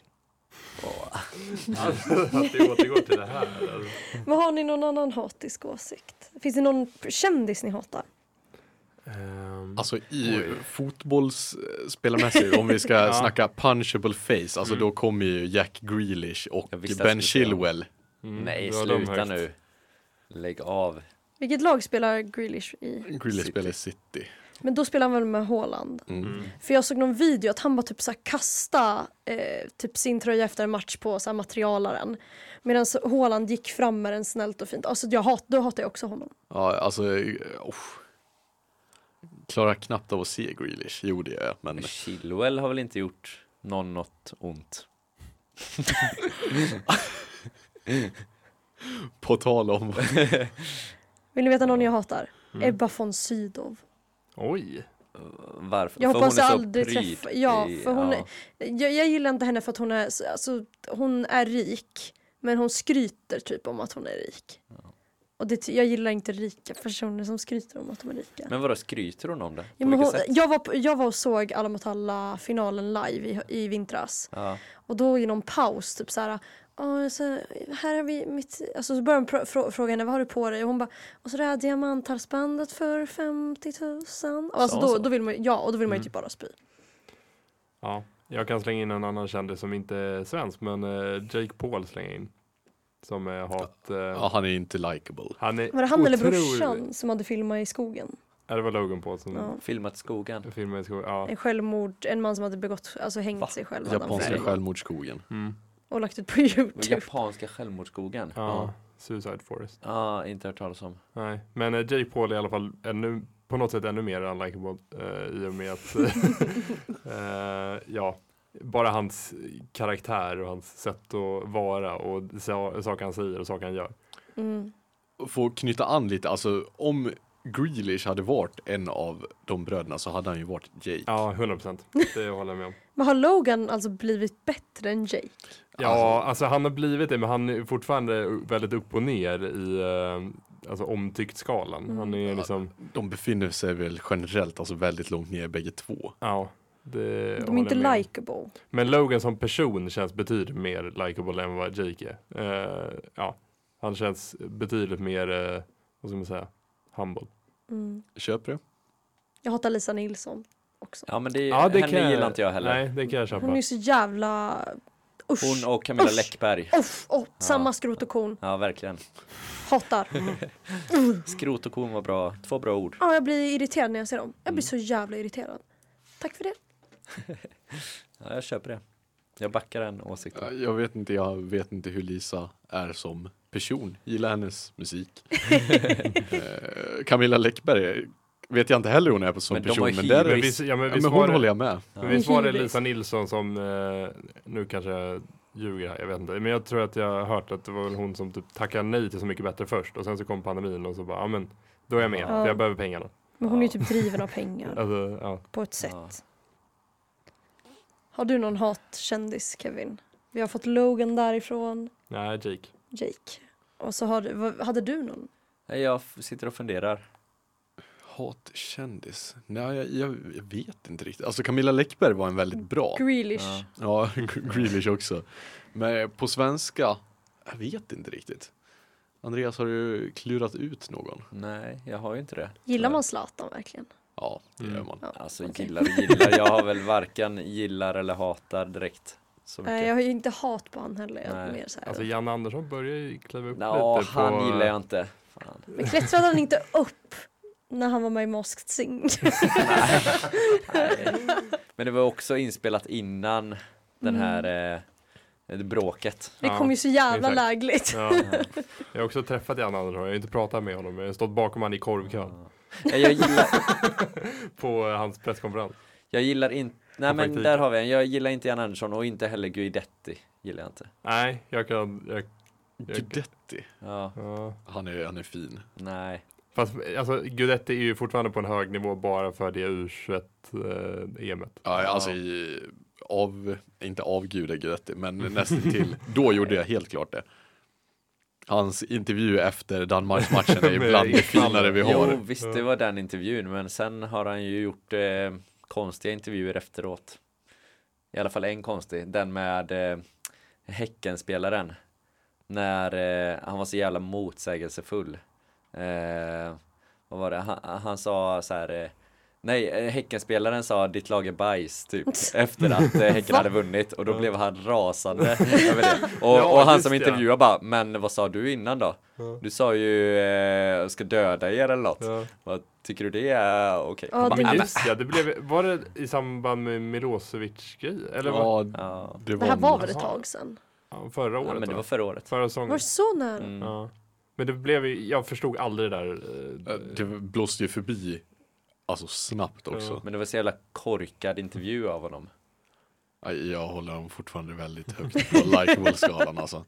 Att det återgår till det här. Eller? Men har ni någon annan hatisk åsikt? Finns det någon kändis ni hatar? Alltså i fotbollsspelarmässigt, om vi ska snacka punchable face, alltså då kommer ju Jack Grealish och Jag visste Ben att du skulle säga Chilwell. Nej, då har de sluta högt. nu. Lägg av. Vilket lag spelar Grealish i? Grealish spelar i City. Men då spelar han väl med Haaland? Mm. För jag såg någon video att han bara typ så här kasta typ sin tröja efter en match på så här materialaren. Medan Haaland gick fram med den snällt och fint. Alltså då hatar jag också honom. Ja, alltså klarar knappt av att se Grealish. Jo, det är jag, men Chilwell har väl inte gjort något ont? på tal om... Vill ni veta någon jag hatar? Ebba von Sydow. Oj. Varför? Jag För hoppas hon är jag så aldrig pryd träffa... Ja, i- för hon ja. jag gillar inte henne för att hon är rik. Men hon skryter typ om att hon är rik. Och jag gillar inte rika personer som skryter om att de är rika. Men vadå, skryter hon om det? På Ja, men vilket sätt? jag var och såg Alla mot alla finalen live i vintras. Ja. Och då i någon paus typ så här, här har vi så började de fråga henne, vad har du på dig? Och hon bara, och så det här diamanthalsbandet för 50 000. Och alltså Så. då vill man, ja, och då vill man ju typ bara spy. Ja, jag kan slänga in en annan kändis som inte är svensk, men Jake Paul slänger in. som är hat. Ja, han är inte likable. Han är Var det han eller otrolig. brorsan som hade filmat i skogen? Ja, det var Logan Paul som Ja. Filmat skogen. filmade i skogen. Ja. En man som hade begått, alltså hängt sig själv. hade han Japanska filmat. självmordsskogen. Mm. Och lagt ut på YouTube. Japanska självmordsskogen. Ja, Suicide Forest. Ja, inte hört talas om. Nej, men Jake Paul är i alla fall på något sätt ännu mer unlikable i och med att ja, bara hans karaktär och hans sätt att vara och saker han säger och saker han gör. Mm. Få knyta an lite, alltså om Grealish hade varit en av de bröderna så hade han ju varit Jake. Ja, 100%. Det håller jag med om. Men har Logan alltså blivit bättre än Jake? Ja, alltså han har blivit det, men han är fortfarande väldigt upp och ner i alltså omtyckt-skalan. Han är liksom... De befinner sig väl generellt alltså väldigt långt ner bägge två. Ja, det De är inte likable. Men Logan som person känns betydligt mer likable än vad Jake är. Ja, han känns betydligt mer, vad ska man säga, humble. Mm. Köper du? Jag hatar Lisa Nilsson också. Ja, men det henne gillar inte jag heller. Nej, det kan jag köpa. Hon är så jävla... Usch. Hon och Camilla Usch. Läckberg. Samma skrot och korn. Ja, verkligen. Hatar. Skrot och korn var bra. 2 bra ord. Ja, jag blir irriterad när jag ser dem. Jag blir så jävla irriterad. Tack för det. Ja, jag köper det. Jag backar den åsikten. Jag vet inte hur Lisa är som person. Gillar hennes musik. Camilla Läckberg vet jag inte heller hon är på som Men de person. har ju Men, där är, hybris. men hon håller jag med. Men visst var det Hybris. Lisa Nilsson som, nu kanske jag ljuger här, jag vet inte. Men jag tror att jag har hört att det var väl hon som typ tackade nej till Så mycket bättre först. Och sen så kom pandemin och så bara, ja men då är jag med, Ja. för jag behöver pengarna. Men hon är ju typ driven av pengar. Alltså, ja. På ett sätt. Ja. Har du någon hatkändis, Kevin? Vi har fått Logan därifrån. Nej, Jake. Och så hade du någon? Jag sitter och funderar. Hatkändis? Nej, jag vet inte riktigt. Alltså Camilla Läckberg var en väldigt bra. Grealish. Ja. Ja, Grealish också. Men på svenska, jag vet inte riktigt. Andreas, har du klurat ut någon? Nej, jag har ju inte det. Gillar man Zlatan verkligen? Ja, det gör man. Ja, Alltså okej. gillar. Jag har väl varken gillar eller hatar direkt. Så mycket. Nej, jag har ju inte hat på han heller. Jag är Nej. mer så här. Alltså Janne Andersson börjar ju kliva upp Ja, lite på... han gillar jag inte. Fan. Men klättrade han inte upp när han var med i Masked Singer? Nej. Men det var också inspelat innan den här bråket. Det Ja, kom ju så jävla exakt. lägligt. Ja. Jag har också träffat Janne Andersson, jag har inte pratat med honom, men jag har stått bakom han i korvkön Ja, jag gillar, på hans presskonferens. jag gillar inte. Nej, På men praktiken. där har vi en. Jag gillar inte Jan Andersson och inte heller Guidetti. Gillar jag inte. Nej, jag Guidetti, Ja, ja. han är fin. nej. Fast alltså, Guidetti är ju fortfarande på en hög nivå bara för det U21-EMet. Ja, alltså inte avgudar Guidetti, men nästan till. Då gjorde jag helt klart det. Hans intervju efter Danmarksmatchen är bland det finare vi har. Jo, visst det var den intervjun. Men sen har han ju gjort konstiga intervjuer efteråt. I alla fall en konstig. Den med Häckenspelaren. När han var så jävla motsägelsefull. Vad var det? Han sa så här... Nej, Häckenspelaren sa ditt lag är bajs typ efter att Häcken hade vunnit och då blev han rasande över det. Och han som intervjuade bara, men vad sa du innan då? Du sa ju ska döda er eller något. Ja. Vad tycker du det är okej? Ja, Bara, det- "Nej, Just ja, var det i samband med Milosevic-grej? Eller Ja, Ja. Det här var väl ett tag sedan? förra året? Ja, men det va? var förra året. Förra Var säsongen. det så nära? Mm. Ja. Men det blev ju, jag förstod aldrig det där. det blåste ju förbi alltså snabbt också. Men det var så jävla korkad intervju av honom. Aj, jag håller dem fortfarande väldigt högt på likeable-skalan alltså.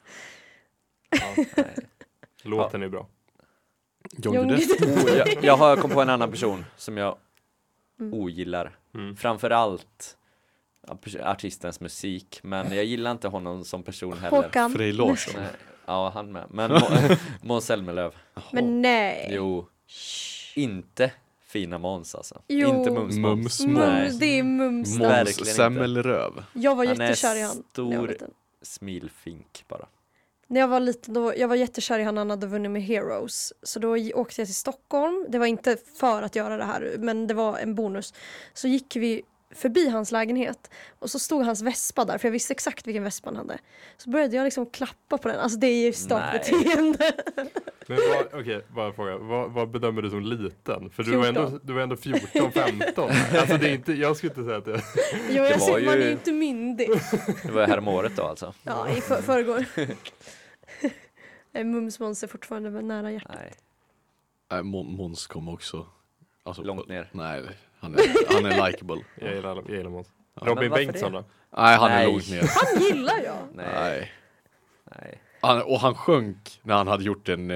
Ja, nej. Låten är bra. John Guidetti. Jag har kommit på en annan person som jag ogillar. Mm. Framförallt artistens musik. Men jag gillar inte honom som person heller. Håkan. Frej Larsson. Nej, ja, han med. Men Måns Zelmerlöw. Men nej. Jo, inte fina Måns alltså. Jo. Inte Mums. Mums. Nej. Mums, det är mums. Nej. där. verkligen Måns inte. Semmelröv. Jag var Han är jättekär i han. när jag var stor. liten. Smilfink bara. När jag var liten, jag var jättekär i han när han hade vunnit med Heroes. Så då åkte jag till Stockholm. Det var inte för att göra det här, men det var en bonus. Så gick vi förbi hans lägenhet och så stod hans vespa där, för jag visste exakt vilken vespa han hade. Så började jag liksom klappa på den. Alltså det är ju startbeteende. Men bara fråga. Vad bedömer du som liten? För du var ändå 14-15. Alltså det är inte, jag skulle inte säga att det... Jo, man är ju inte myndig. Det var häromåret då alltså? Ja, i förrgår. Mums är fortfarande nära hjärtat. Nej. Måns kom också. Alltså, Långt ner. Nej, han är likeable. Jag gillar Måns. Robin Bengtsson då? Nej, han är långt ner. Han gillar jag. Nej. Och han sjönk när han hade gjort en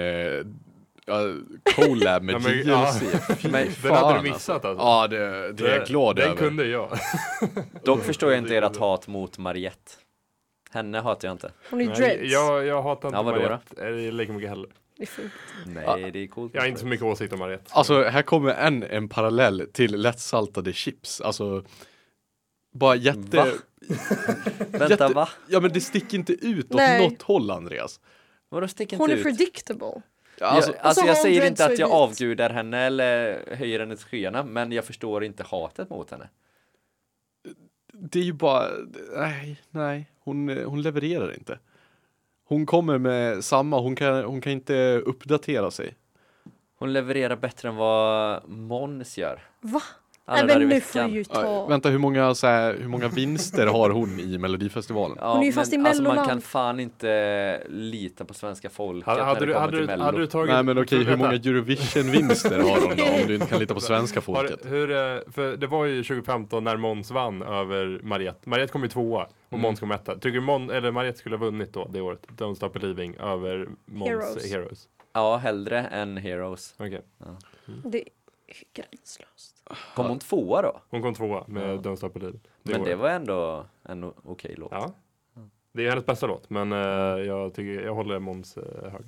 collab med JLC. Men den hade du missat alltså? Ja, det är jag glad över. Den kunde jag. Dock förstår jag inte ert hat mot Mariette. Henne hatar jag inte. Hon är dreads. Jag hatar inte Mariette. Det är lika mycket heller. Det är fint. Nej, det är coolt. Jag har inte så mycket åsikt om Mariette. Alltså, här kommer en parallell till lättsaltade chips. Alltså, bara Va? Vänta, va? Ja, men det sticker inte ut åt något håll, Andreas. Vadå sticker Hon inte är ut? predictable. Alltså jag säger inte att jag vit. avgudar henne eller höjer henne till skyarna, men jag förstår inte hatet mot henne. Det är ju bara, nej, hon levererar inte. Hon kommer med samma, hon kan inte uppdatera sig. Hon levererar bättre än vad Måns gör. Va? Alla Nej, dagar i men nu får veckan. du ju ta... Vänta, hur många vinster har hon i Melodifestivalen? Ja, Hon är ju fast i alltså man Melloland. kan fan inte lita på svenska folket när Hade det kommer till Mello. du tagit... Nej, men okej, hur många Eurovision-vinster har hon då, om du inte kan lita på svenska folket? För det var ju 2015 när Måns vann över Mariette. Mariette kom ju 2:a och Måns kom 1:a. Tycker du Mariette skulle ha vunnit då det året? Don't Stop Believing över Måns Heroes. Ja, hellre än Heroes. Okej. Ja. Det är gränslöst. Kom hon 2:a då? Hon kom 2:a med Don't Stop Believing. Men det var ändå en okej låt. Ja. Det är hennes bästa låt, men jag håller Måns hög.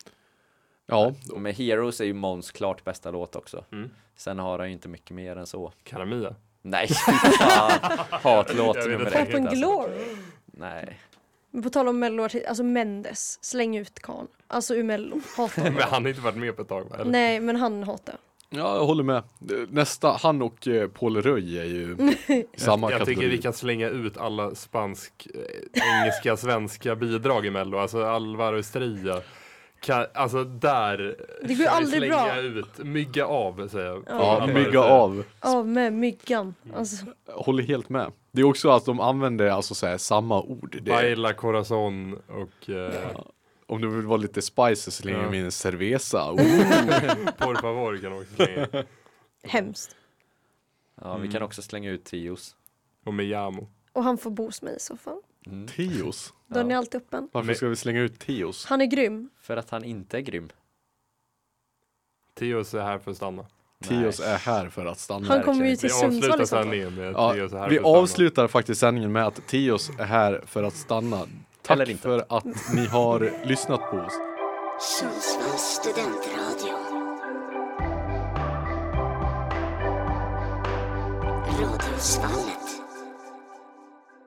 Ja. Med Heroes är ju Måns klart bästa låt också. Mm. Sen har han ju inte mycket mer än så. Karamia. Nej, fan. Hatlåt Jag vet nummer inte. 1. Open Alltså. Glory. Nej. Men på tal om Mello, alltså Mendes, släng ut Kan. Alltså ur Mello, hatar Men honom. han har inte varit med på ett tag, va? Eller? Nej, men han hatar. Ja, jag håller med. Han och Paul Röj är ju i samma Jag kategori. tycker vi kan slänga ut alla engelska, svenska bidrag i Mello. Alltså Alvaro Estrella. Alltså där Det går aldrig slänga bra. ut. Mygga av, säger jag. Ja, mygga av. Av med myggan. Alltså, Håller helt med. Det är också att de använder alltså så här, samma ord. Baila Corazon och Om du vill vara lite spicy så slänger de in en cerveza. Por favor kan också slänga. hemskt. Ja, vi kan också slänga ut Tios. Och med Jamo. Och han får bo hos mig i så fall. Teos? Dörren är alltid öppen. Varför ska vi slänga ut Teos? Han är grym. För att han inte är grym. Teos är här för att stanna. Teos är här för att stanna. Han kommer ju verkligen. till Vi Sundsvall avslutar i så fall. sändningen med Ja, Teos är här vi för att stanna. avslutar faktiskt sändningen med att Teos är här för att stanna. Tack Eller inte. för att ni har lyssnat på oss. Sundsvalls studentradio. Radiosvallet.